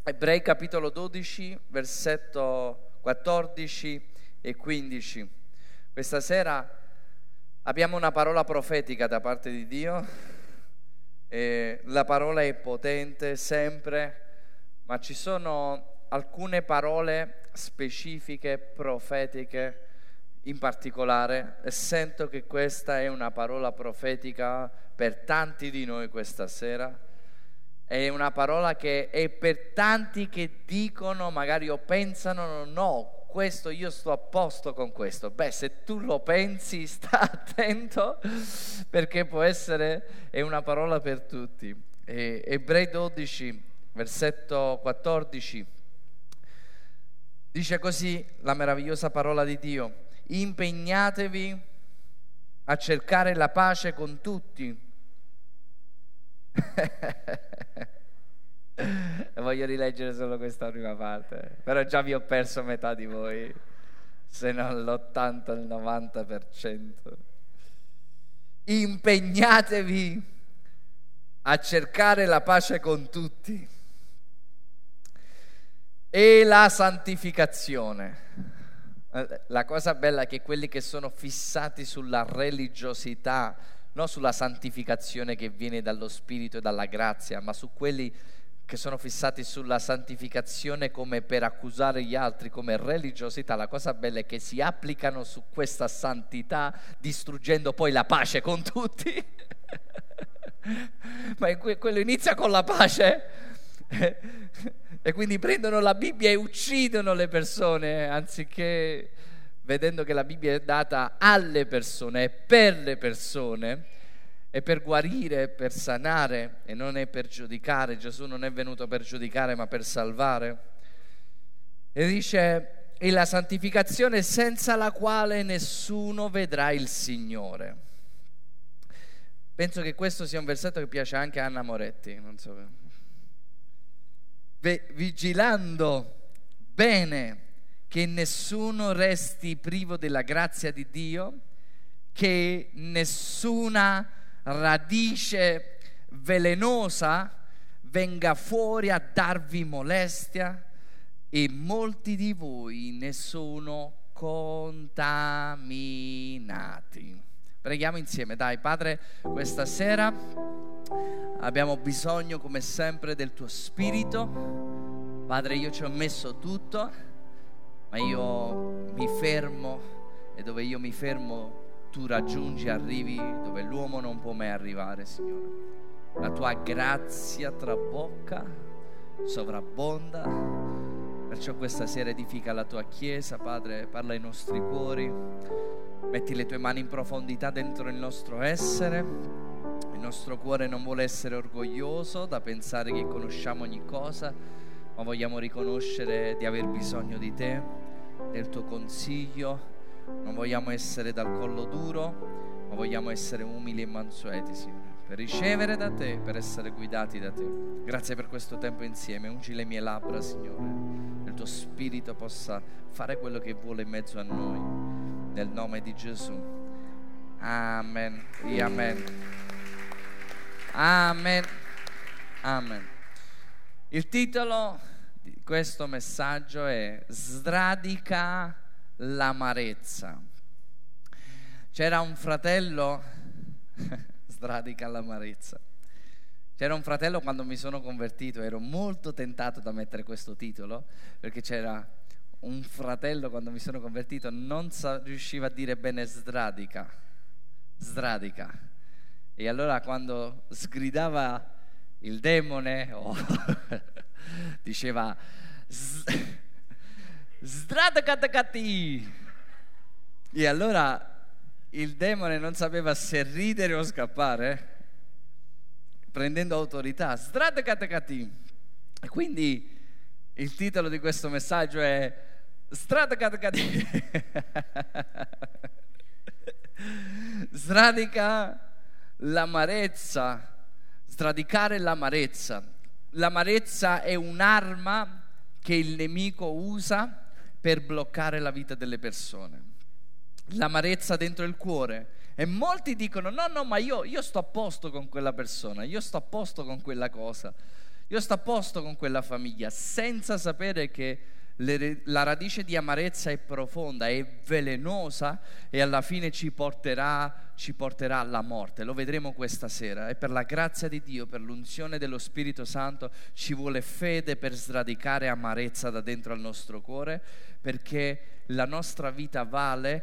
Ebrei capitolo 12, versetto 14 e 15. Questa sera abbiamo una parola profetica da parte di Dio. La parola è potente sempre, ma ci sono alcune parole specifiche, profetiche in particolare, e sento che questa è una parola profetica per tanti di noi questa sera. È una parola che è per tanti che dicono, magari o pensano, no, questo io sto a posto con questo. Beh, se tu lo pensi, sta attento, perché può essere, è una parola per tutti. Ebrei 12, versetto 14, dice così la meravigliosa parola di Dio: impegnatevi a cercare la pace con tutti. Voglio rileggere solo questa prima parte, però già vi ho perso metà di voi, se non l'80, il 90%. Impegnatevi a cercare la pace con tutti e la santificazione. La cosa bella è che quelli che sono fissati sulla religiosità, non sulla santificazione che viene dallo Spirito e dalla grazia, ma su quelli che sono fissati sulla santificazione come per accusare gli altri, come religiosità, la cosa bella è che si applicano su questa santità distruggendo poi la pace con tutti. Ma quello inizia con la pace e quindi prendono la Bibbia e uccidono le persone, anziché vedendo che la Bibbia è data alle persone e per le persone, è per guarire, per sanare, e non è per giudicare. Gesù non è venuto per giudicare ma per salvare. E dice: e la santificazione senza la quale nessuno vedrà il Signore. Penso che questo sia un versetto che piace anche a Anna Moretti, non so. Vigilando bene che nessuno resti privo della grazia di Dio, che nessuna radice velenosa venga fuori a darvi molestia, e molti di voi ne sono contaminati. Preghiamo insieme, dai. Padre, questa sera abbiamo bisogno come sempre del tuo Spirito. Padre, io ci ho messo tutto, ma io mi fermo, e dove io mi fermo tu raggiungi, arrivi dove l'uomo non può mai arrivare, Signore. La tua grazia trabocca, sovrabbonda, perciò questa sera edifica la tua Chiesa, Padre, parla ai nostri cuori, metti le tue mani in profondità dentro il nostro essere. Il nostro cuore non vuole essere orgoglioso da pensare che conosciamo ogni cosa, ma vogliamo riconoscere di aver bisogno di te, del tuo consiglio. Non vogliamo essere dal collo duro, ma vogliamo essere umili e mansueti, Signore, per ricevere da te, per essere guidati da te. Grazie per questo tempo insieme. Ungi le mie labbra, Signore, che il tuo Spirito possa fare quello che vuole in mezzo a noi, nel nome di Gesù. Amen e amen. Amen. Amen. Il titolo di questo messaggio è Sradica l'amarezza. C'era un fratello sradica l'amarezza. C'era un fratello, quando mi sono convertito ero molto tentato da mettere questo titolo, perché c'era un fratello, quando mi sono convertito, non riusciva a dire bene sradica, e allora quando sgridava il demone diceva Sradakatakati, e allora il demone non sapeva se ridere o scappare, prendendo autorità. Sradakatakati. E quindi il titolo di questo messaggio è Sradakatakati. Sradica l'amarezza. Sradicare l'amarezza. L'amarezza è un'arma che il nemico usa per bloccare la vita delle persone. L'amarezza dentro il cuore. E molti dicono no, ma io sto a posto con quella persona, io sto a posto con quella cosa, Io sto a posto con quella famiglia, senza sapere che la radice di amarezza è profonda, è velenosa e alla fine ci porterà alla morte. Lo vedremo questa sera, e per la grazia di Dio, per l'unzione dello Spirito Santo, ci vuole fede per sradicare amarezza da dentro al nostro cuore, perché la nostra vita vale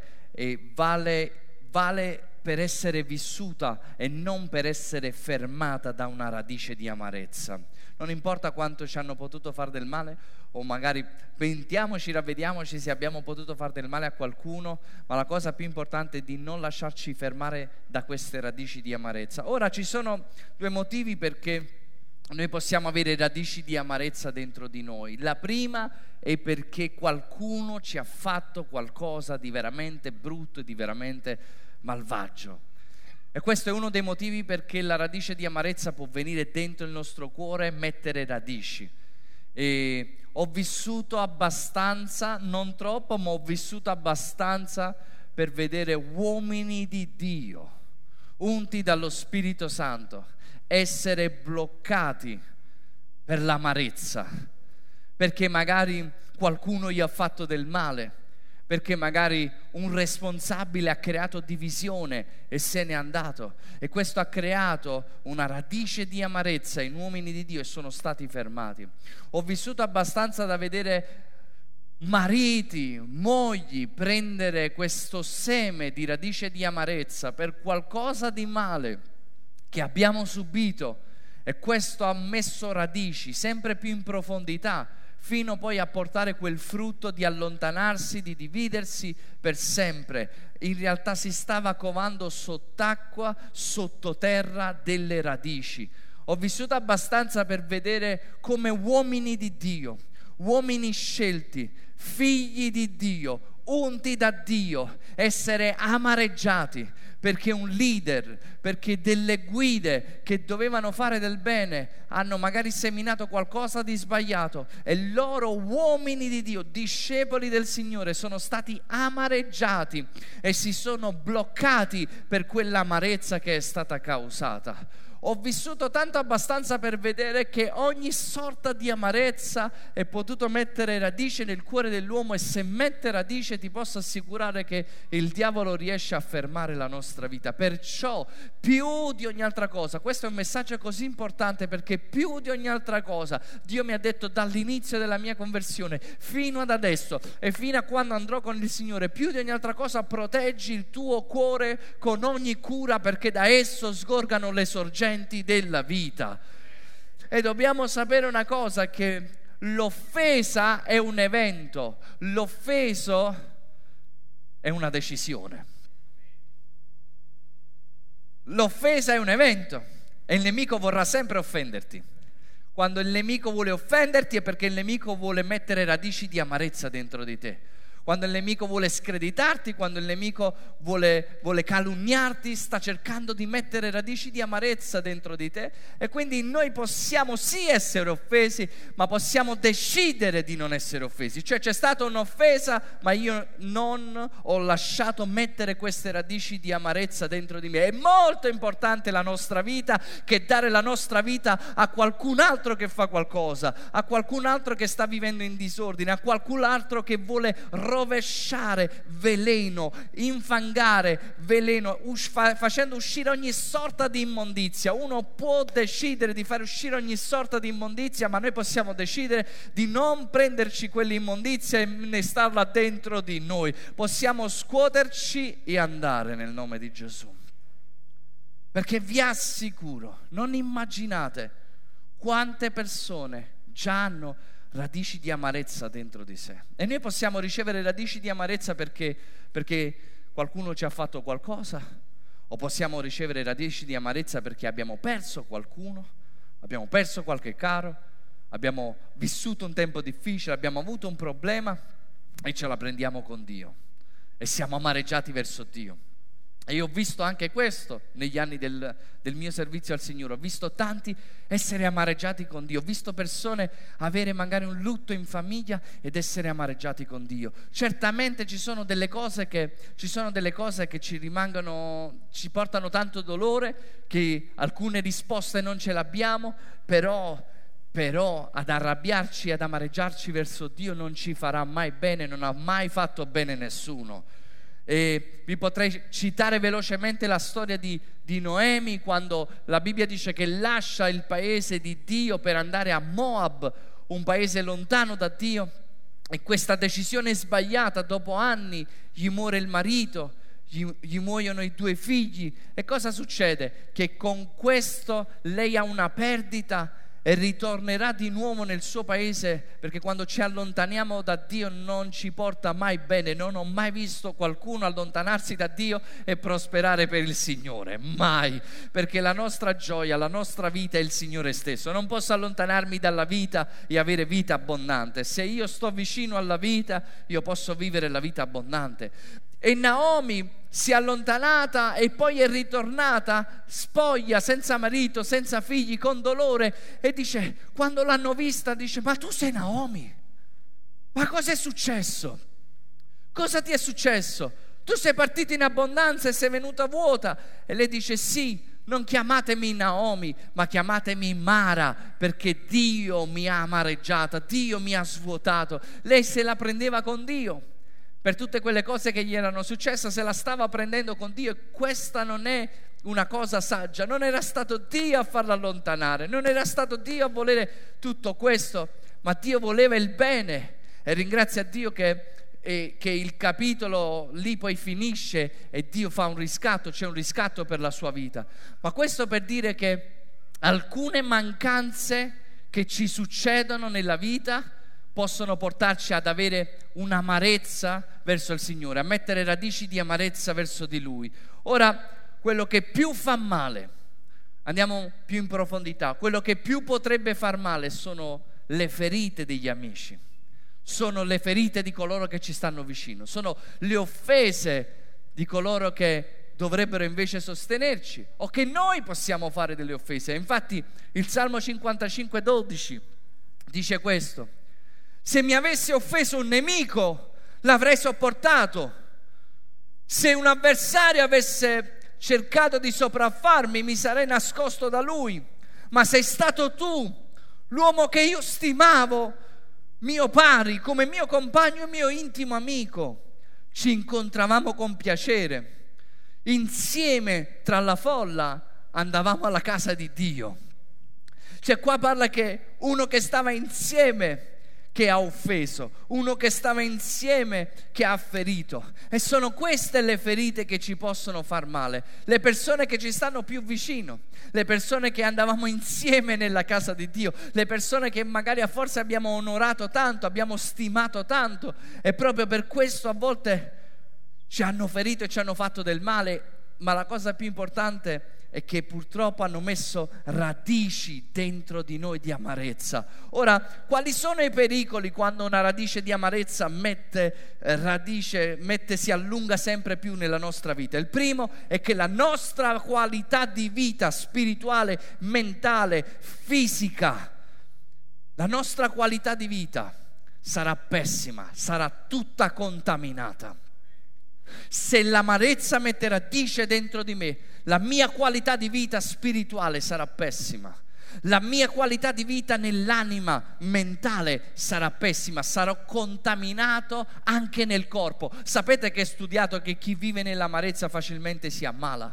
per essere vissuta e non per essere fermata da una radice di amarezza. Non importa quanto ci hanno potuto fare del male, o magari pentiamoci, ravvediamoci se abbiamo potuto fare del male a qualcuno, ma la cosa più importante è di non lasciarci fermare da queste radici di amarezza. Ora, ci sono due motivi perché noi possiamo avere radici di amarezza dentro di noi. La prima è perché qualcuno ci ha fatto qualcosa di veramente brutto e di veramente malvagio. E questo è uno dei motivi perché la radice di amarezza può venire dentro il nostro cuore e mettere radici. E ho vissuto abbastanza, non troppo, ma ho vissuto abbastanza per vedere uomini di Dio, unti dallo Spirito Santo, essere bloccati per l'amarezza, perché magari qualcuno gli ha fatto del male, perché magari un responsabile ha creato divisione e se n'è andato, e questo ha creato una radice di amarezza in uomini di Dio e sono stati fermati. Ho vissuto abbastanza da vedere mariti, mogli prendere questo seme di radice di amarezza per qualcosa di male che abbiamo subito, e questo ha messo radici sempre più in profondità, fino poi a portare quel frutto di allontanarsi, di dividersi per sempre. In realtà si stava covando sott'acqua, sottoterra, delle radici. Ho vissuto abbastanza per vedere come uomini di Dio, uomini scelti, figli di Dio, unti da Dio, essere amareggiati perché un leader, perché delle guide che dovevano fare del bene hanno magari seminato qualcosa di sbagliato, e loro, uomini di Dio, discepoli del Signore, sono stati amareggiati e si sono bloccati per quell'amarezza che è stata causata. Ho vissuto tanto abbastanza per vedere che ogni sorta di amarezza è potuto mettere radice nel cuore dell'uomo, e se mette radice ti posso assicurare che il diavolo riesce a fermare la nostra vita. Perciò più di ogni altra cosa, questo è un messaggio così importante, perché più di ogni altra cosa Dio mi ha detto dall'inizio della mia conversione fino ad adesso e fino a quando andrò con il Signore: più di ogni altra cosa proteggi il tuo cuore con ogni cura, perché da esso sgorgano le sorgenti della vita. E dobbiamo sapere una cosa, che l'offesa è un evento, l'offeso è una decisione. L'offesa è un evento e il nemico vorrà sempre offenderti. Quando il nemico vuole offenderti è perché il nemico vuole mettere radici di amarezza dentro di te. Quando il nemico vuole screditarti, quando il nemico vuole calunniarti, sta cercando di mettere radici di amarezza dentro di te. E quindi noi possiamo sì essere offesi, ma possiamo decidere di non essere offesi. Cioè, c'è stata un'offesa, ma io non ho lasciato mettere queste radici di amarezza dentro di me. È molto importante la nostra vita che dare la nostra vita a qualcun altro che fa qualcosa, a qualcun altro che sta vivendo in disordine, a qualcun altro che vuole rovesciare veleno, infangare veleno, facendo uscire ogni sorta di immondizia. Uno può decidere di fare uscire ogni sorta di immondizia, ma noi possiamo decidere di non prenderci quell'immondizia e innestarla dentro di noi. Possiamo scuoterci e andare nel nome di Gesù, perché vi assicuro, non immaginate quante persone già hanno radici di amarezza dentro di sé. E noi possiamo ricevere radici di amarezza perché qualcuno ci ha fatto qualcosa, o possiamo ricevere radici di amarezza perché abbiamo perso qualcuno, abbiamo perso qualche caro, abbiamo vissuto un tempo difficile, abbiamo avuto un problema e ce la prendiamo con Dio e siamo amareggiati verso Dio. E io ho visto anche questo negli anni del mio servizio al Signore. Ho visto tanti essere amareggiati con Dio. Ho visto persone avere magari un lutto in famiglia ed essere amareggiati con Dio. Certamente ci sono delle cose che ci rimangono, ci portano tanto dolore, che alcune risposte non ce l'abbiamo, però però ad arrabbiarci, ad amareggiarci verso Dio non ci farà mai bene, non ha mai fatto bene nessuno. E vi potrei citare velocemente la storia di Noemi, quando la Bibbia dice che lascia il paese di Dio per andare a Moab, un paese lontano da Dio, e questa decisione sbagliata, dopo anni gli muore il marito, gli muoiono i 2 figli, e cosa succede? Che con questo lei ha una perdita e ritornerà di nuovo nel suo paese, perché quando ci allontaniamo da Dio non ci porta mai bene. Non ho mai visto qualcuno allontanarsi da Dio e prosperare per il Signore, mai, perché la nostra gioia, la nostra vita è il Signore stesso. Non posso allontanarmi dalla vita e avere vita abbondante. Se io sto vicino alla vita, io posso vivere la vita abbondante. E Naomi si è allontanata e poi è ritornata spoglia, senza marito, senza figli, con dolore, e dice, quando l'hanno vista, dice: ma tu sei Naomi? Ma cosa è successo? Cosa ti è successo? Tu sei partita in abbondanza e sei venuta vuota. E lei dice: sì, non chiamatemi Naomi, ma chiamatemi Mara, perché Dio mi ha amareggiata, Dio mi ha svuotato. Lei se la prendeva con Dio. Per tutte quelle cose che gli erano successe, se la stava prendendo con Dio, e questa non è una cosa saggia. Non era stato Dio a farla allontanare, non era stato Dio a volere tutto questo, ma Dio voleva il bene. E ringrazia Dio che il capitolo lì poi finisce e Dio fa un riscatto, c'è un riscatto per la sua vita. Ma questo per dire che alcune mancanze che ci succedono nella vita possono portarci ad avere un'amarezza verso il Signore, a mettere radici di amarezza verso di Lui. Ora, quello che più fa male, andiamo più in profondità, quello che più potrebbe far male sono le ferite degli amici, sono le ferite di coloro che ci stanno vicino, sono le offese di coloro che dovrebbero invece sostenerci, o che noi possiamo fare delle offese. Infatti il Salmo 55:12 dice questo: se mi avesse offeso un nemico l'avrei sopportato, se un avversario avesse cercato di sopraffarmi mi sarei nascosto da lui, ma sei stato tu, l'uomo che io stimavo, mio pari, come mio compagno e mio intimo amico. Ci incontravamo con piacere, insieme tra la folla andavamo alla casa di Dio. Cioè qua parla che uno che stava insieme che ha offeso, uno che stava insieme che ha ferito. E sono queste le ferite che ci possono far male, le persone che ci stanno più vicino, le persone che andavamo insieme nella casa di Dio, le persone che magari a forza abbiamo onorato tanto, abbiamo stimato tanto, e proprio per questo a volte ci hanno ferito e ci hanno fatto del male. Ma la cosa più importante è che purtroppo hanno messo radici dentro di noi di amarezza. Ora, quali sono i pericoli quando una radice di amarezza si allunga sempre più nella nostra vita? Il primo è che la nostra qualità di vita spirituale, mentale, fisica, la nostra qualità di vita sarà pessima, sarà tutta contaminata. Se l'amarezza mette radice dentro di me, la mia qualità di vita spirituale sarà pessima, la mia qualità di vita nell'anima mentale sarà pessima, sarò contaminato anche nel corpo. Sapete che è studiato che chi vive nell'amarezza facilmente si ammala?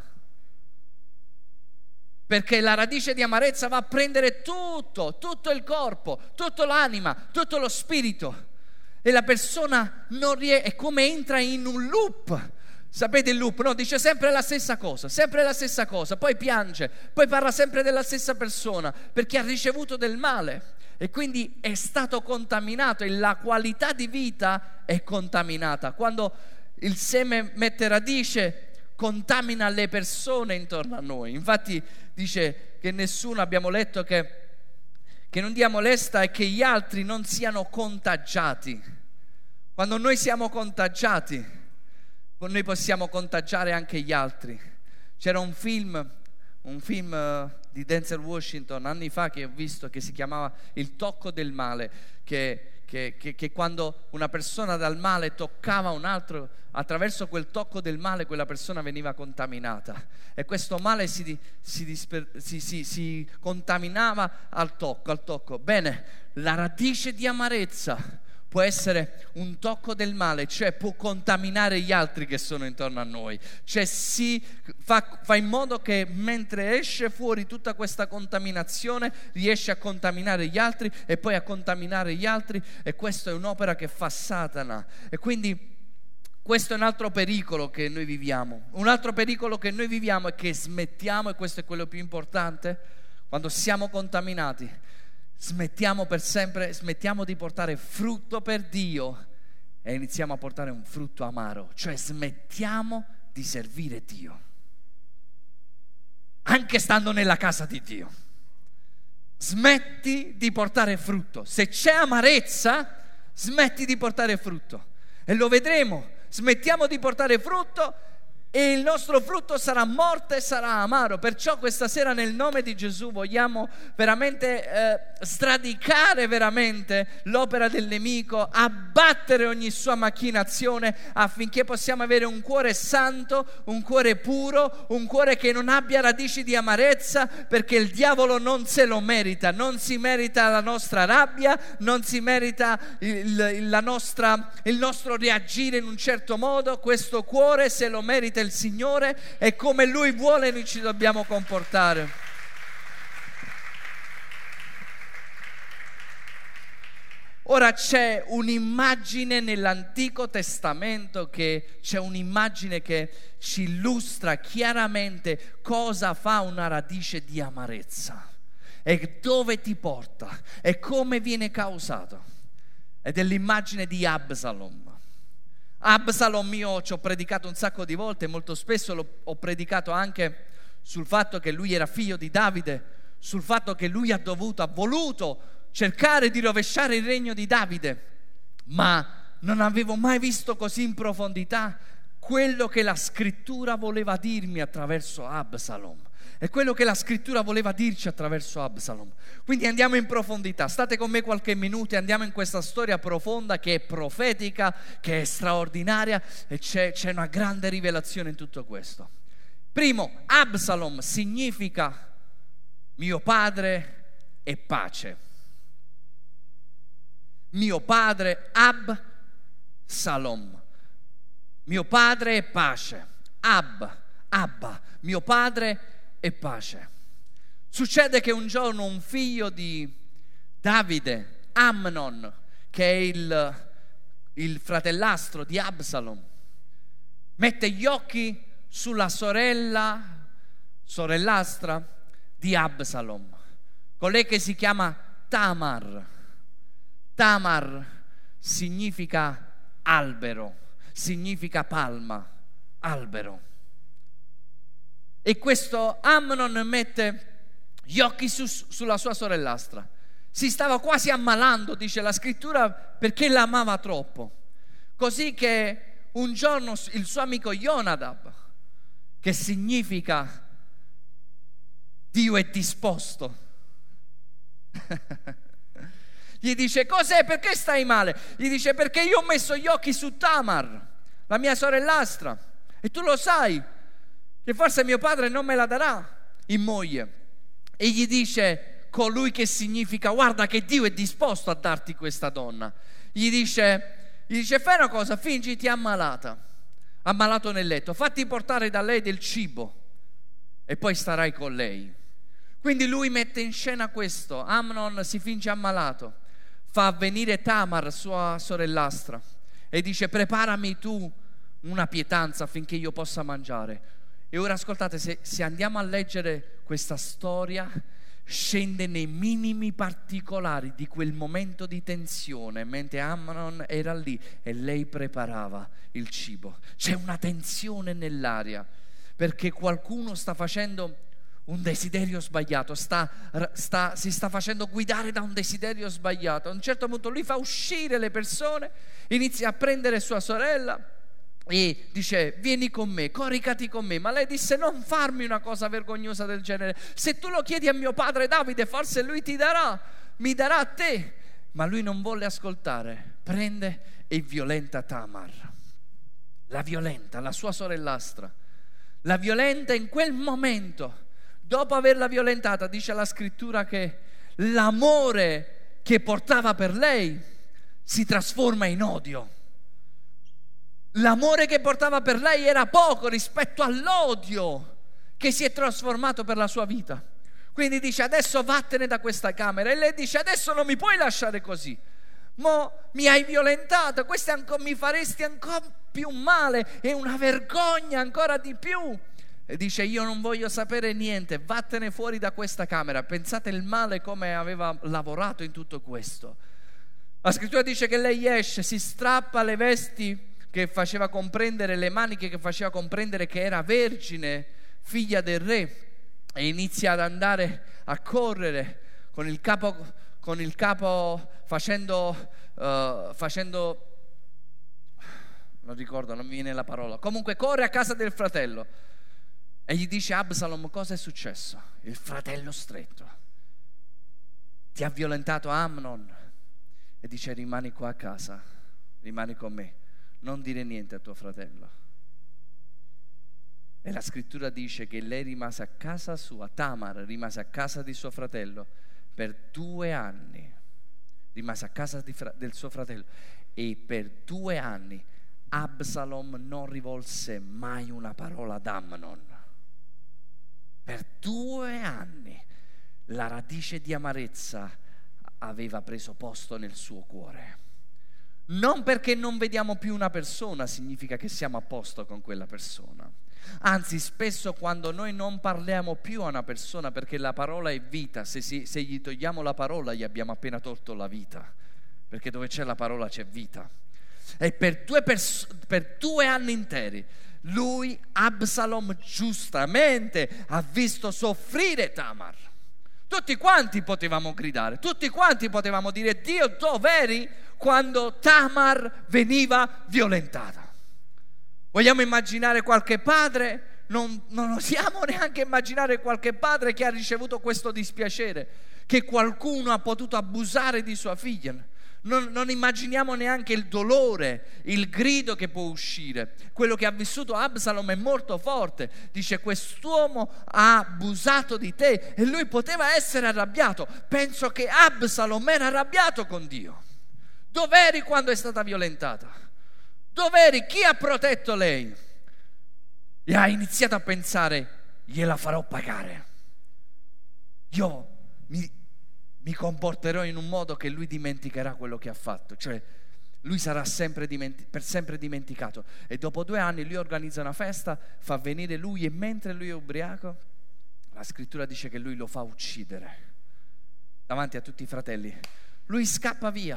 Perché la radice di amarezza va a prendere tutto il corpo, tutta l'anima, tutto lo spirito. E la persona non riesce, è come entra in un loop. Sapete il loop, no? Dice sempre la stessa cosa, poi piange, poi parla sempre della stessa persona, perché ha ricevuto del male e quindi è stato contaminato, e la qualità di vita è contaminata. Quando il seme mette radice, contamina le persone intorno a noi. Infatti dice che nessuno, abbiamo letto che non dia molesta e che gli altri non siano contagiati. Quando noi siamo contagiati, noi possiamo contagiare anche gli altri. C'era un film di Denzel Washington anni fa che ho visto, che si chiamava Il tocco del male, che che quando una persona dal male toccava un altro, attraverso quel tocco del male quella persona veniva contaminata, e questo male si contaminava al tocco. Bene, la radice di amarezza può essere un tocco del male, cioè può contaminare gli altri che sono intorno a noi, cioè fa in modo che mentre esce fuori tutta questa contaminazione riesce a contaminare gli altri e poi a contaminare gli altri, e questa è un'opera che fa Satana. E quindi questo è un altro pericolo che noi viviamo. Un altro pericolo che noi viviamo è che smettiamo, e questo è quello più importante, quando siamo contaminati, smettiamo per sempre, smettiamo di portare frutto per Dio e iniziamo a portare un frutto amaro, cioè smettiamo di servire Dio, anche stando nella casa di Dio. Smetti di portare frutto. Se c'è amarezza, smetti di portare frutto, e lo vedremo. Smettiamo di portare frutto e il nostro frutto sarà morte e sarà amaro. Perciò questa sera, nel nome di Gesù, vogliamo veramente sradicare veramente l'opera del nemico, abbattere ogni sua macchinazione, affinché possiamo avere un cuore santo, un cuore puro, un cuore che non abbia radici di amarezza, perché il diavolo non se lo merita. Non si merita la nostra rabbia, non si merita il nostro reagire in un certo modo. Questo cuore se lo merita il Signore, e come Lui vuole noi ci dobbiamo comportare. Ora c'è un'immagine nell'Antico Testamento, c'è un'immagine che ci illustra chiaramente cosa fa una radice di amarezza e dove ti porta e come viene causato. Ed è l'immagine di Absalom. Absalom, io ci ho predicato un sacco di volte, molto spesso ho predicato anche sul fatto che lui era figlio di Davide, sul fatto che lui ha voluto cercare di rovesciare il regno di Davide, ma non avevo mai visto così in profondità quello che la scrittura voleva dirmi attraverso Absalom. È quello che la scrittura voleva dirci attraverso Absalom. Quindi andiamo in profondità. State con me qualche minuto e andiamo in questa storia profonda, che è profetica, che è straordinaria, e c'è una grande rivelazione in tutto questo. Primo, Absalom significa mio padre e pace. Mio padre, Absalom, mio padre e pace. Abba, mio padre e pace. Succede che un giorno un figlio di Davide, Amnon, che è il fratellastro di Absalom, mette gli occhi sulla sorellastra di Absalom, colei che si chiama Tamar. Tamar significa albero, significa palma, albero. E questo Amnon mette gli occhi sulla sua sorellastra. Si stava quasi ammalando, dice la scrittura, perché l'amava troppo. Così che un giorno il suo amico Jonadab, che significa Dio è disposto, gli dice: cos'è? Perché stai male? Gli dice: perché io ho messo gli occhi su Tamar, la mia sorellastra, e tu lo sai che forse mio padre non me la darà in moglie. E gli dice colui che significa guarda che Dio è disposto a darti questa donna. Gli dice fai una cosa, fingiti ammalato nel letto, fatti portare da lei del cibo e poi starai con lei. Quindi lui mette in scena questo. Amnon si finge ammalato, fa venire Tamar, sua sorellastra, e dice: preparami tu una pietanza affinché io possa mangiare. E ora ascoltate, se andiamo a leggere questa storia, scende nei minimi particolari di quel momento di tensione, mentre Amnon era lì e lei preparava il cibo. C'è una tensione nell'aria, perché qualcuno sta facendo un desiderio sbagliato, si sta facendo guidare da un desiderio sbagliato. A un certo punto lui fa uscire le persone, inizia a prendere sua sorella e dice: vieni con me, coricati con me. Ma lei disse: non farmi una cosa vergognosa del genere, se tu lo chiedi a mio padre Davide forse lui mi darà a te. Ma lui non volle ascoltare, prende e violenta Tamar, la violenta, la sua sorellastra, la violenta in quel momento. Dopo averla violentata, dice la scrittura che l'amore che portava per lei si trasforma in odio. L'amore che portava per lei era poco rispetto all'odio che si è trasformato per la sua vita. Quindi dice: adesso vattene da questa camera. E lei dice: adesso non mi puoi lasciare così, mi hai violentata, mi faresti ancora più male, è una vergogna ancora di più. E dice: io non voglio sapere niente, vattene fuori da questa camera. Pensate il male come aveva lavorato in tutto questo. La scrittura dice che lei esce, si strappa le vesti che faceva comprendere, le maniche che faceva comprendere che era vergine, figlia del re, e inizia ad andare a correre con il capo facendo non ricordo, non mi viene la parola. Comunque corre a casa del fratello e gli dice: Absalom, cosa è successo? Il fratello stretto ti ha violentato Amnon. E dice: rimani qua a casa, rimani con me, non dire niente a tuo fratello. E la scrittura dice che lei rimase a casa sua, Tamar rimase a casa di suo fratello per 2 anni, rimase a casa del suo fratello, e per 2 anni Absalom non rivolse mai una parola ad Amnon. Per 2 anni la radice di amarezza aveva preso posto nel suo cuore. Non perché non vediamo più una persona significa che siamo a posto con quella persona. Anzi, spesso quando noi non parliamo più a una persona, perché la parola è vita, se gli togliamo la parola gli abbiamo appena tolto la vita, perché dove c'è la parola c'è vita. E per 2 anni interi lui, Absalom, giustamente ha visto soffrire Tamar. Tutti quanti potevamo gridare, tutti quanti potevamo dire: Dio, dov'eri quando Tamar veniva violentata? Vogliamo immaginare qualche padre? Non osiamo neanche immaginare qualche padre che ha ricevuto questo dispiacere, che qualcuno ha potuto abusare di sua figlia. Non immaginiamo neanche il dolore, il grido che può uscire. Quello che ha vissuto Absalom è molto forte. Dice: quest'uomo ha abusato di te. E lui poteva essere arrabbiato. Penso che Absalom era arrabbiato con Dio. Dov'eri quando è stata violentata? Dov'eri? Chi ha protetto lei? E ha iniziato a pensare: gliela farò pagare. Io mi comporterò in un modo che lui dimenticherà quello che ha fatto. Cioè lui sarà per sempre dimenticato. E dopo 2 anni lui organizza una festa, fa venire lui, e mentre lui è ubriaco, la scrittura dice che lui lo fa uccidere davanti a tutti i fratelli. Lui scappa via.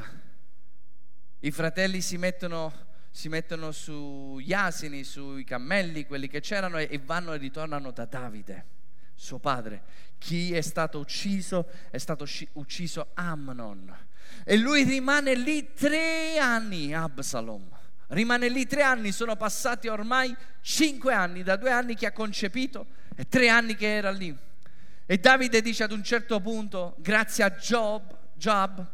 I fratelli si mettono sugli asini, sui cammelli, quelli che c'erano, e vanno e ritornano da Davide, suo padre. Chi è stato ucciso? È stato ucciso Amnon. E lui rimane lì 3 anni, Absalom. Rimane lì 3 anni, sono passati ormai 5 anni, da 2 anni che ha concepito e 3 anni che era lì. E Davide dice ad un certo punto, grazie a Joab,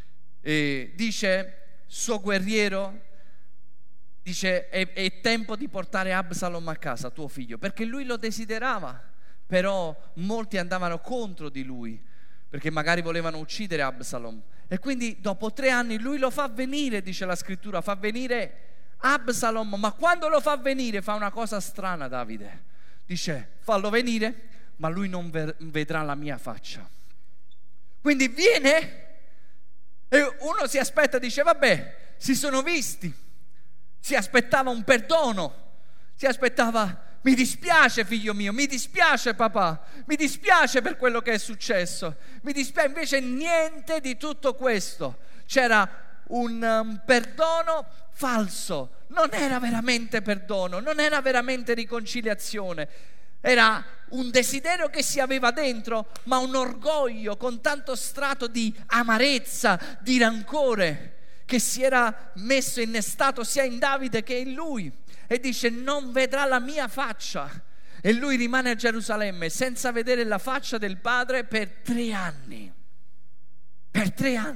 dice, suo guerriero, dice: è tempo di portare Absalom a casa, tuo figlio, perché lui lo desiderava. Però molti andavano contro di lui, perché magari volevano uccidere Absalom. E quindi dopo 3 anni lui lo fa venire, dice la scrittura, fa venire Absalom. Ma quando lo fa venire fa una cosa strana Davide. Dice: fallo venire, ma lui non vedrà la mia faccia. Quindi viene e uno si aspetta, dice: vabbè, si sono visti. Si aspettava un perdono, si aspettava: mi dispiace figlio mio, mi dispiace papà, mi dispiace per quello che è successo, mi dispiace. Invece niente di tutto questo. C'era un perdono falso, non era veramente perdono, non era veramente riconciliazione. Era un desiderio che si aveva dentro, ma un orgoglio con tanto strato di amarezza, di rancore, che si era messo, innestato sia in Davide che in lui. E dice: non vedrà la mia faccia. E lui rimane a Gerusalemme senza vedere la faccia del padre per 3 anni. Per 3 anni.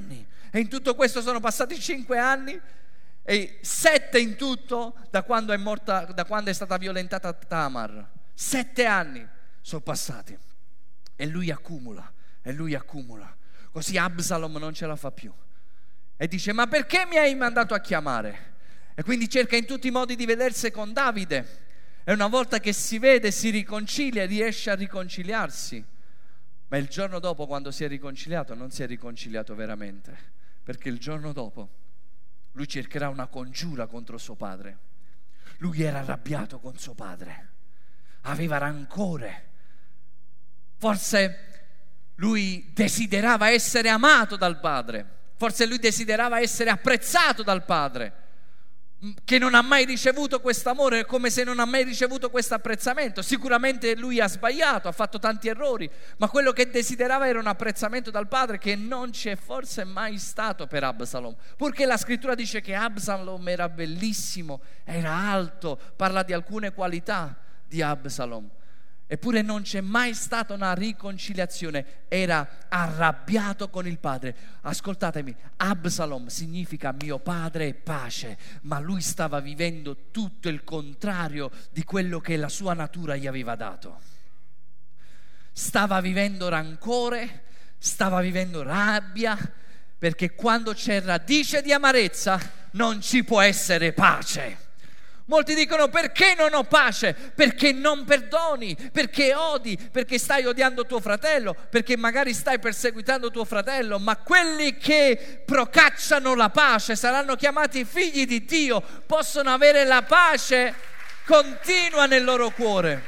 E in tutto questo sono passati 5 anni e 7 in tutto da quando è stata violentata Tamar. 7 anni sono passati e lui accumula. Così Absalom non ce la fa più e dice: ma perché mi hai mandato a chiamare? E quindi cerca in tutti i modi di vedersi con Davide, e una volta che si vede si riconcilia, riesce a riconciliarsi. Ma il giorno dopo, quando si è riconciliato, non si è riconciliato veramente, perché il giorno dopo lui cercherà una congiura contro suo padre. Lui era arrabbiato con suo padre, aveva rancore, forse lui desiderava essere amato dal padre, forse lui desiderava essere apprezzato dal padre, che non ha mai ricevuto questo amore, come se non ha mai ricevuto questo apprezzamento. Sicuramente lui ha sbagliato, ha fatto tanti errori, ma quello che desiderava era un apprezzamento dal padre che non c'è forse mai stato per Absalom, purché la scrittura dice che Absalom era bellissimo, era alto, parla di alcune qualità di Absalom. Eppure non c'è mai stata una riconciliazione, era arrabbiato con il padre. Ascoltatemi, Absalom significa mio padre è pace, ma lui stava vivendo tutto il contrario di quello che la sua natura gli aveva dato. Stava vivendo rancore, stava vivendo rabbia, perché quando c'è radice di amarezza non ci può essere pace. Molti dicono: perché non ho pace? Perché non perdoni, perché odi, perché stai odiando tuo fratello, perché magari stai perseguitando tuo fratello. Ma quelli che procacciano la pace saranno chiamati figli di Dio, possono avere la pace continua nel loro cuore.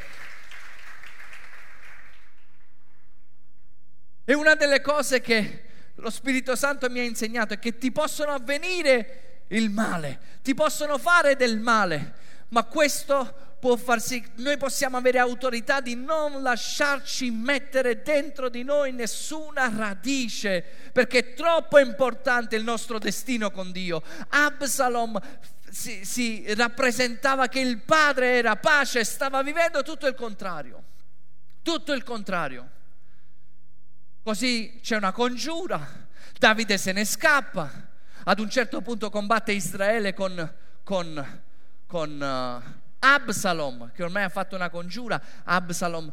E una delle cose che lo Spirito Santo mi ha insegnato è che ti possono avvenire il male, ti possono fare del male, ma questo può far sì che noi possiamo avere autorità di non lasciarci mettere dentro di noi nessuna radice, perché è troppo importante il nostro destino con Dio. Absalom si rappresentava che il padre era pace, stava vivendo tutto il contrario. Così c'è una congiura, Davide se ne scappa. Ad un certo punto combatte Israele con Absalom, che ormai ha fatto una congiura. Absalom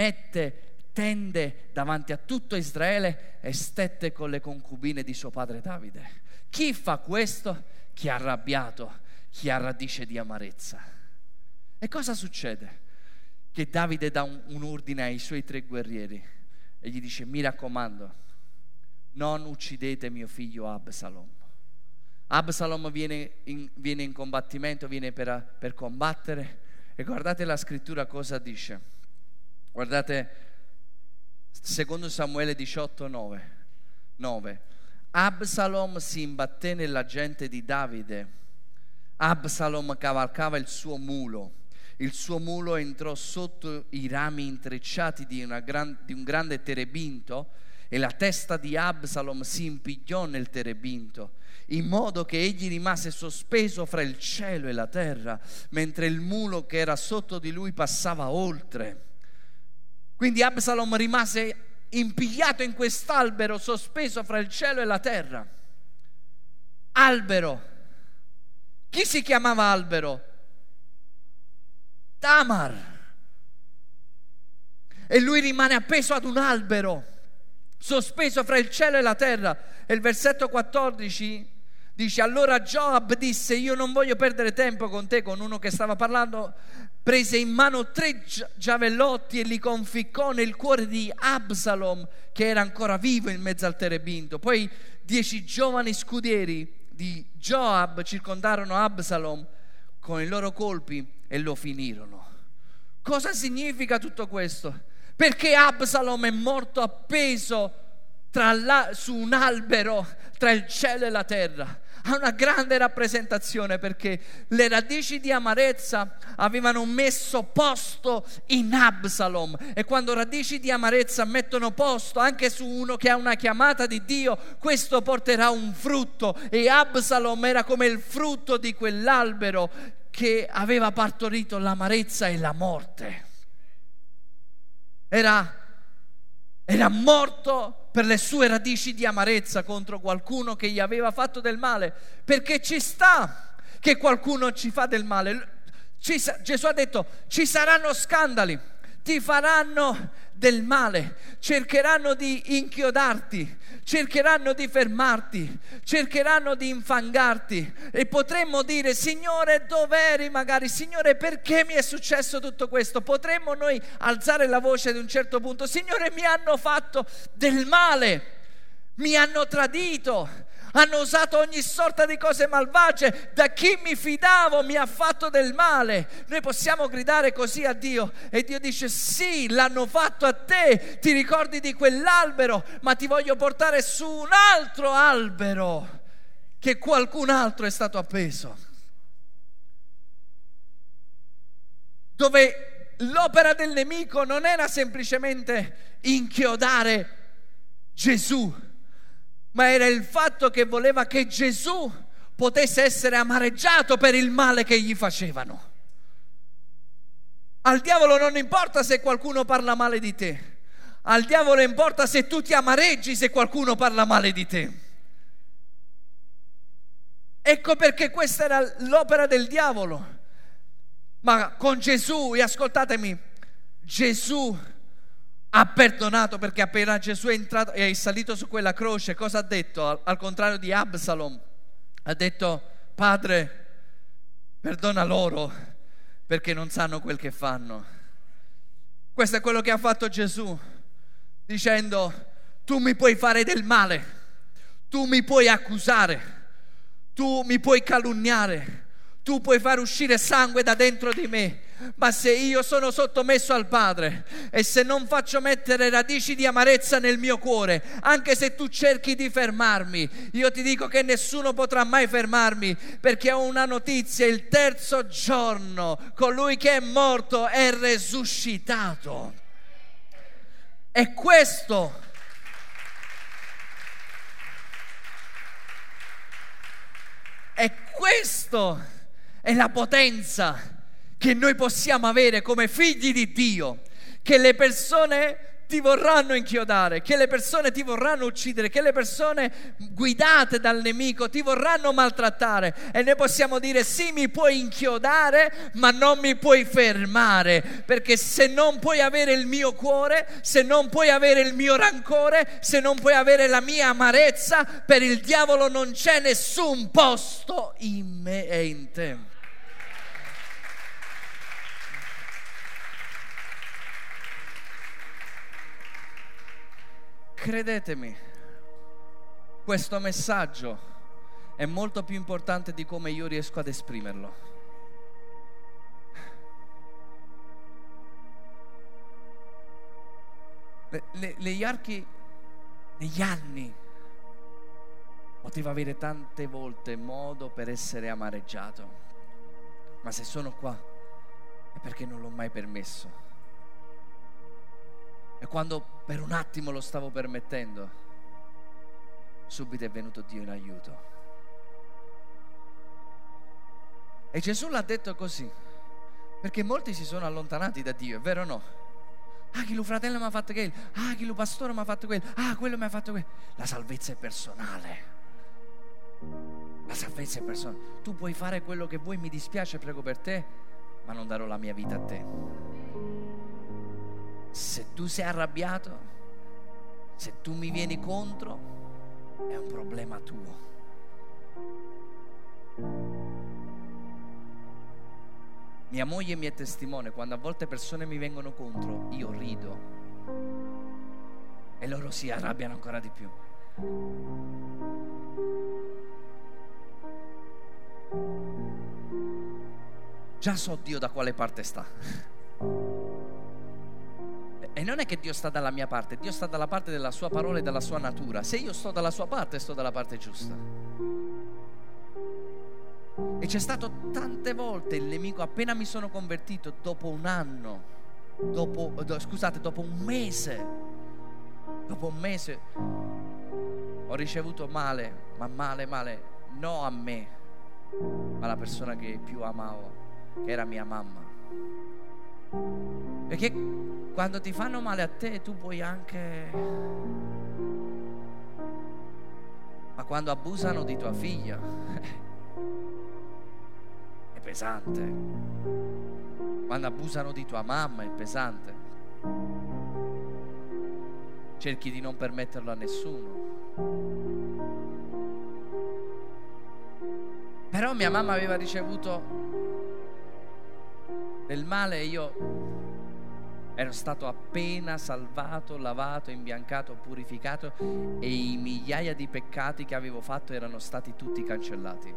tende davanti a tutto Israele e stette con le concubine di suo padre Davide. Chi fa questo? Chi è arrabbiato, chi ha radice di amarezza. E cosa succede? Che Davide dà un ordine ai suoi 3 guerrieri e gli dice: mi raccomando, non uccidete mio figlio Absalom. Absalom viene in combattimento, viene per combattere, e guardate la scrittura cosa dice. Guardate 2 Samuele 18:9. Absalom si imbatté nella gente di Davide. Absalom cavalcava il suo mulo. Il suo mulo entrò sotto i rami intrecciati di un grande terebinto, e la testa di Absalom si impigliò nel terebinto, in modo che egli rimase sospeso fra il cielo e la terra, mentre il mulo che era sotto di lui passava oltre. Quindi Absalom rimase impigliato in quest'albero, sospeso fra il cielo e la terra. Albero. Chi si chiamava albero? Tamar. E lui rimane appeso ad un albero, sospeso fra il cielo e la terra. E il versetto 14 dice: allora Joab disse: io non voglio perdere tempo con te. Con uno che stava parlando, prese in mano 3 giavellotti e li conficcò nel cuore di Absalom, che era ancora vivo in mezzo al terebinto. Poi 10 giovani scudieri di Joab circondarono Absalom con i loro colpi e lo finirono. Cosa significa tutto questo? Perché Absalom è morto appeso su un albero tra il cielo e la terra? Ha una grande rappresentazione, perché le radici di amarezza avevano messo posto in Absalom, e quando radici di amarezza mettono posto anche su uno che ha una chiamata di Dio, questo porterà un frutto. E Absalom era come il frutto di quell'albero che aveva partorito l'amarezza e la morte. Era Era morto per le sue radici di amarezza contro qualcuno che gli aveva fatto del male, perché ci sta che qualcuno ci fa del male. Gesù ha detto: ci saranno scandali, ti faranno del male, cercheranno di inchiodarti, cercheranno di fermarti, cercheranno di infangarti, e potremmo dire: Signore, dov'eri? Magari, Signore, perché mi è successo tutto questo? Potremmo noi alzare la voce ad un certo punto: Signore, mi hanno fatto del male, mi hanno tradito, hanno usato ogni sorta di cose malvagie, da chi mi fidavo mi ha fatto del male. Noi possiamo gridare così a Dio, e Dio dice: sì, l'hanno fatto a te, ti ricordi di quell'albero, ma ti voglio portare su un altro albero che qualcun altro è stato appeso, dove l'opera del nemico non era semplicemente inchiodare Gesù, ma era il fatto che voleva che Gesù potesse essere amareggiato per il male che gli facevano. Al diavolo non importa se qualcuno parla male di te, al diavolo importa se tu ti amareggi se qualcuno parla male di te. Ecco perché questa era l'opera del diavolo. Ma con Gesù, e ascoltatemi, Gesù ha perdonato, perché appena Gesù è entrato e è salito su quella croce, cosa ha detto? Al contrario di Absalom, ha detto: Padre, perdona loro perché non sanno quel che fanno. Questo è quello che ha fatto Gesù, dicendo: tu mi puoi fare del male, tu mi puoi accusare, tu mi puoi calunniare, tu puoi far uscire sangue da dentro di me, ma se io sono sottomesso al Padre e se non faccio mettere radici di amarezza nel mio cuore, anche se tu cerchi di fermarmi, io ti dico che nessuno potrà mai fermarmi, perché ho una notizia: il terzo giorno colui che è morto è resuscitato. E questo è la potenza che noi possiamo avere come figli di Dio, che le persone ti vorranno inchiodare, che le persone ti vorranno uccidere, che le persone guidate dal nemico ti vorranno maltrattare, e noi possiamo dire: sì, mi puoi inchiodare, ma non mi puoi fermare, perché se non puoi avere il mio cuore, se non puoi avere il mio rancore, se non puoi avere la mia amarezza, per il diavolo non c'è nessun posto in me e in te. Credetemi, questo messaggio è molto più importante di come io riesco ad esprimerlo. Negli anni potevo avere tante volte modo per essere amareggiato, ma se sono qua è perché non l'ho mai permesso. E quando per un attimo lo stavo permettendo, subito è venuto Dio in aiuto. E Gesù l'ha detto così, perché molti si sono allontanati da Dio, è vero o no? Ah, chi lo fratello mi ha fatto quello, ah, chi lo pastore mi ha fatto quello, ah, quello mi ha fatto quello. La salvezza è personale. La salvezza è personale. Tu puoi fare quello che vuoi, mi dispiace, prego per te, ma non darò la mia vita a te. Se tu sei arrabbiato, se tu mi vieni contro, è un problema tuo. Mia moglie mi è testimone: quando a volte persone mi vengono contro, io rido e loro si arrabbiano ancora di più. Già so Dio da quale parte sta. E non è che Dio sta dalla mia parte, Dio sta dalla parte della sua parola e della sua natura. Se io sto dalla sua parte, sto dalla parte giusta. E c'è stato tante volte il nemico, appena mi sono convertito, dopo un anno, dopo un mese, ho ricevuto male, ma male, non a me, ma alla persona che più amavo, che era mia mamma. Perché quando ti fanno male a te tu puoi anche... Ma quando abusano di tua figlia è pesante. Quando abusano di tua mamma è pesante. Cerchi di non permetterlo a nessuno. Però mia mamma aveva ricevuto del male e io ero stato appena salvato, lavato, imbiancato, purificato e i migliaia di peccati che avevo fatto erano stati tutti cancellati.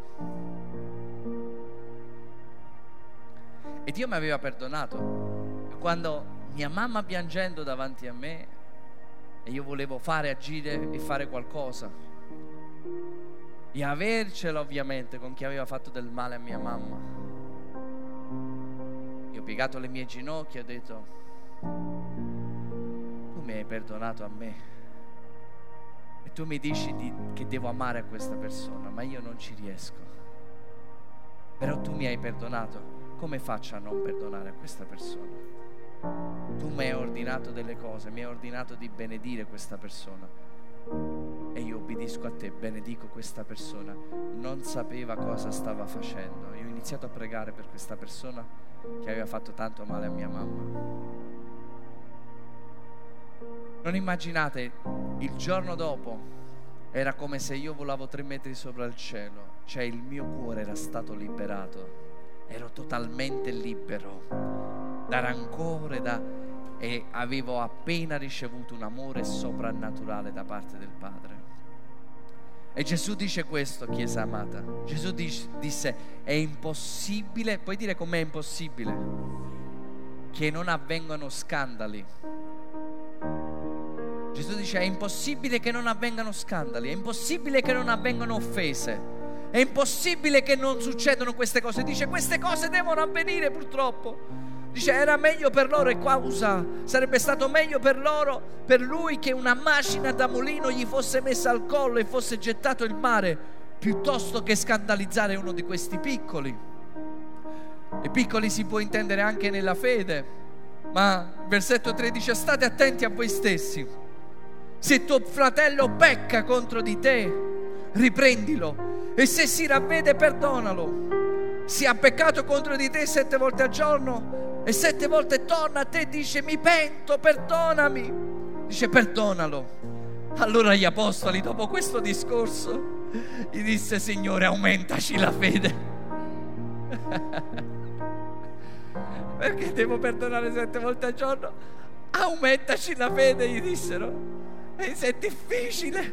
E Dio mi aveva perdonato. Quando mia mamma piangendo davanti a me e io volevo agire e fare qualcosa e avercela ovviamente con chi aveva fatto del male a mia mamma, io ho piegato le mie ginocchia e ho detto: tu mi hai perdonato a me e tu mi dici che devo amare a questa persona, ma io non ci riesco. Però tu mi hai perdonato, come faccio a non perdonare a questa persona? Tu mi hai ordinato delle cose, mi hai ordinato di benedire questa persona e io obbedisco a te, benedico questa persona. Non sapeva cosa stava facendo. Io ho iniziato a pregare per questa persona che aveva fatto tanto male a mia mamma. Non immaginate, il giorno dopo era come se io volavo 3 metri sopra il cielo, cioè il mio cuore era stato liberato, ero totalmente libero da rancore, e avevo appena ricevuto un amore soprannaturale da parte del Padre. E Gesù dice questo, Chiesa amata. Gesù disse: è impossibile, puoi dire com'è impossibile? Che non avvengano scandali. Gesù dice: è impossibile che non avvengano scandali, è impossibile che non avvengano offese, è impossibile che non succedano queste cose. Dice: queste cose devono avvenire purtroppo. Dice: era meglio per loro, e qua sarebbe stato meglio per loro, per lui, che una macina da mulino gli fosse messa al collo e fosse gettato in mare, piuttosto che scandalizzare uno di questi piccoli. E piccoli si può intendere anche nella fede, ma versetto 3 dice: state attenti a voi stessi. Se tuo fratello pecca contro di te, riprendilo, e se si ravvede, perdonalo. Se ha peccato contro di te 7 volte al giorno e 7 volte torna a te e dice: mi pento, perdonami, dice: perdonalo. Allora gli apostoli, dopo questo discorso, gli disse: Signore, aumentaci la fede. Perché devo perdonare 7 volte al giorno? Aumentaci la fede, gli dissero. E se è difficile.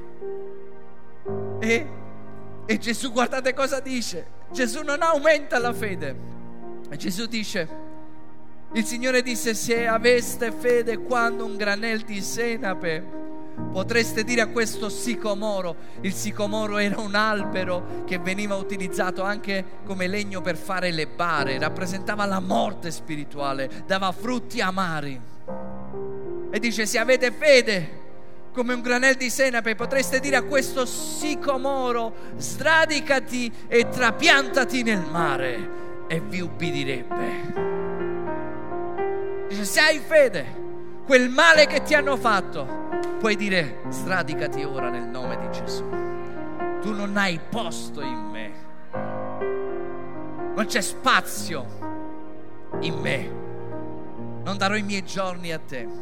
E Gesù, guardate cosa dice. Gesù non aumenta la fede. E Gesù dice: il Signore disse: se aveste fede quando un granel di senape, potreste dire a questo sicomoro. Il sicomoro era un albero che veniva utilizzato anche come legno per fare le bare, rappresentava la morte spirituale, dava frutti amari. E dice: se avete fede come un granel di senape, potreste dire a questo sicomoro: sradicati e trapiantati nel mare, e vi ubbidirebbe. Dice: se hai fede, quel male che ti hanno fatto, puoi dire: sradicati ora nel nome di Gesù. Tu non hai posto in me, non c'è spazio in me, non darò i miei giorni a te.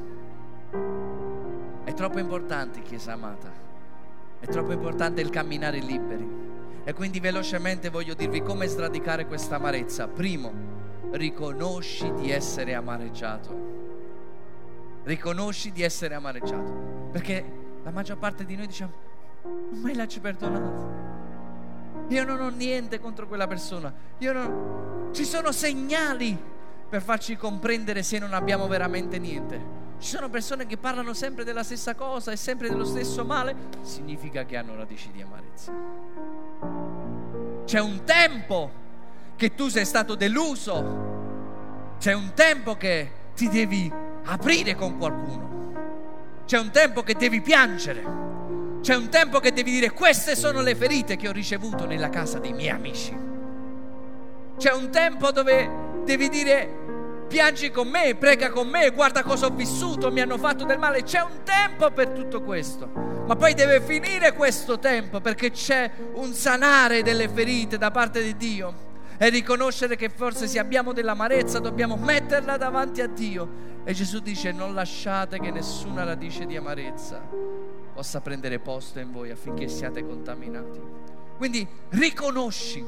È troppo importante, Chiesa amata, è troppo importante il camminare liberi. E quindi velocemente voglio dirvi come sradicare questa amarezza. Primo, riconosci di essere amareggiato. Riconosci di essere amareggiato, perché la maggior parte di noi diciamo: non mai l'ha perdonato, io non ho niente contro quella persona, ci sono segnali per farci comprendere se non abbiamo veramente niente. Ci sono persone che parlano sempre della stessa cosa e sempre dello stesso male, significa che hanno radici di amarezza. C'è un tempo che tu sei stato deluso, c'è un tempo che ti devi aprire con qualcuno, c'è un tempo che devi piangere, c'è un tempo che devi dire: queste sono le ferite che ho ricevuto nella casa dei miei amici. C'è un tempo dove devi dire: piangi con me, prega con me, guarda cosa ho vissuto, mi hanno fatto del male. C'è un tempo per tutto questo, ma poi deve finire questo tempo, perché c'è un sanare delle ferite da parte di Dio, e riconoscere che forse se abbiamo dell'amarezza dobbiamo metterla davanti a Dio. E Gesù dice: non lasciate che nessuna radice di amarezza possa prendere posto in voi affinché siate contaminati. Quindi riconosci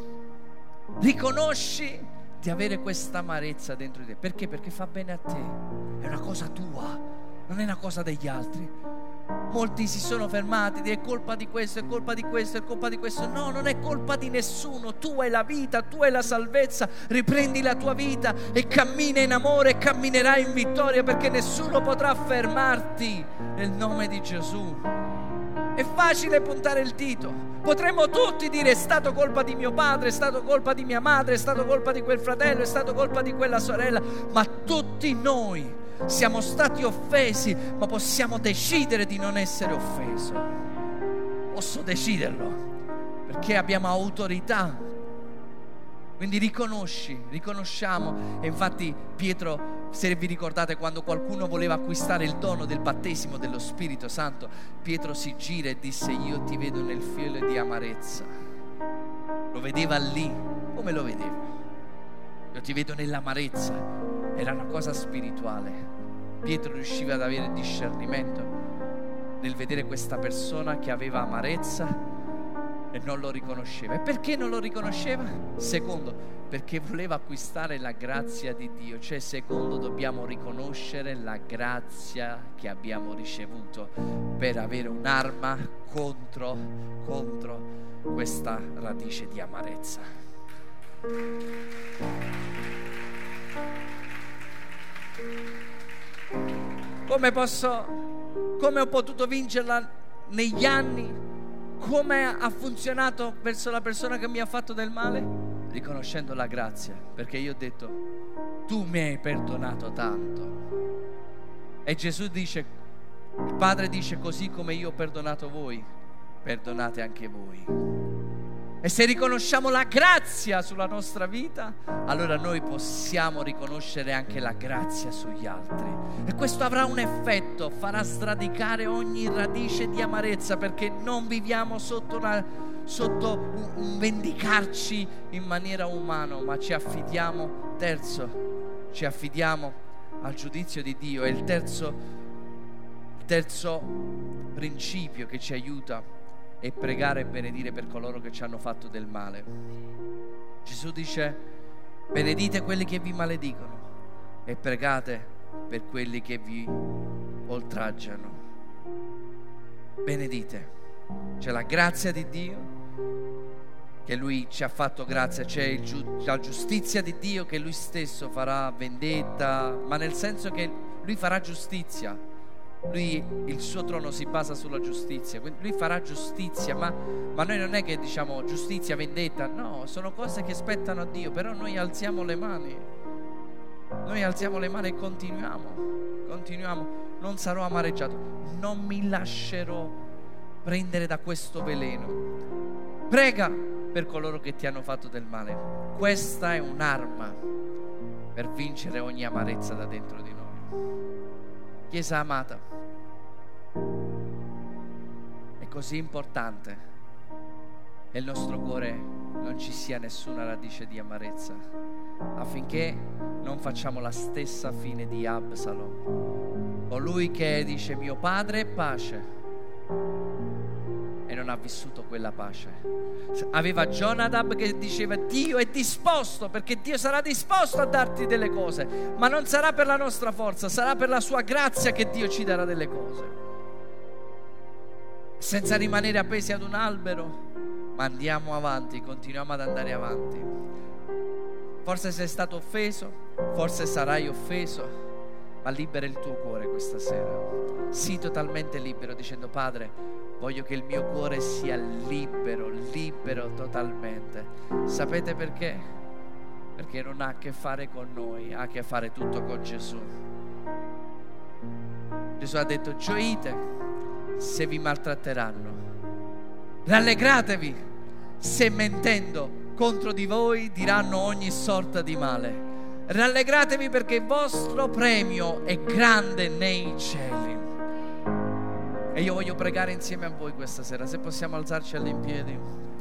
di avere questa amarezza dentro di te. Perché? Perché fa bene a te, è una cosa tua, non è una cosa degli altri. Molti si sono fermati, è colpa di questo, è colpa di questo, è colpa di questo. No, non è colpa di nessuno. Tu hai la vita, tu hai la salvezza. Riprendi la tua vita e cammina in amore e camminerai in vittoria, perché nessuno potrà fermarti nel nome di Gesù. È facile puntare il dito. Potremmo tutti dire: è stato colpa di mio padre, è stato colpa di mia madre, è stato colpa di quel fratello, è stato colpa di quella sorella. Ma tutti noi siamo stati offesi, ma possiamo decidere di non essere offesi. Posso deciderlo, perché abbiamo autorità. Quindi riconosciamo. E infatti Pietro, se vi ricordate, quando qualcuno voleva acquistare il dono del battesimo dello Spirito Santo, Pietro si gira e disse: io ti vedo nel fiele di amarezza. Lo vedeva lì. Come lo vedeva? Io ti vedo nell'amarezza. Era una cosa spirituale. Pietro riusciva ad avere discernimento nel vedere questa persona che aveva amarezza e non lo riconosceva. E perché non lo riconosceva? Secondo, perché voleva acquistare la grazia di Dio. Cioè, secondo, dobbiamo riconoscere la grazia che abbiamo ricevuto per avere un'arma contro questa radice di amarezza. Come ho potuto vincerla negli anni? Come ha funzionato verso la persona che mi ha fatto del male? Riconoscendo la grazia, perché io ho detto: tu mi hai perdonato tanto. E Gesù dice, il Padre dice: così come io ho perdonato voi, perdonate anche voi. E se riconosciamo la grazia sulla nostra vita, allora noi possiamo riconoscere anche la grazia sugli altri. E questo avrà un effetto, farà sradicare ogni radice di amarezza, perché non viviamo sotto un vendicarci in maniera umana, ma ci affidiamo, ci affidiamo al giudizio di Dio. E il terzo principio che ci aiuta e pregare e benedire per coloro che ci hanno fatto del male. Gesù dice: benedite quelli che vi maledicono e pregate per quelli che vi oltraggiano. Benedite. C'è la grazia di Dio, che Lui ci ha fatto grazia. C'è la giustizia di Dio, che Lui stesso farà vendetta, ma nel senso che Lui farà giustizia. Lui, il suo trono si basa sulla giustizia, quindi Lui farà giustizia, ma noi non è che diciamo giustizia, vendetta, no, sono cose che spettano a Dio. Però noi alziamo le mani e continuiamo. Non sarò amareggiato, non mi lascerò prendere da questo veleno. Prega per coloro che ti hanno fatto del male. Questa è un'arma per vincere ogni amarezza da dentro di noi. Chiesa amata, è così importante che nel nostro cuore non ci sia nessuna radice di amarezza, affinché non facciamo la stessa fine di Absalom, colui che dice mio padre è pace e non ha vissuto quella pace. Aveva Jonadab che diceva Dio è disposto, perché Dio sarà disposto a darti delle cose, ma non sarà per la nostra forza, sarà per la sua grazia che Dio ci darà delle cose, senza rimanere appesi ad un albero, ma andiamo avanti, continuiamo ad andare avanti. Forse sei stato offeso, forse sarai offeso, ma libera il tuo cuore questa sera. Sii totalmente libero, dicendo Padre, voglio che il mio cuore sia libero totalmente. Sapete perché? Perché non ha a che fare con noi, ha a che fare tutto con Gesù. Gesù ha detto gioite se vi maltratteranno, rallegratevi se mentendo contro di voi diranno ogni sorta di male. Rallegratevi perché il vostro premio è grande nei cieli. E io voglio pregare insieme a voi questa sera. Se possiamo alzarci all'impiedi.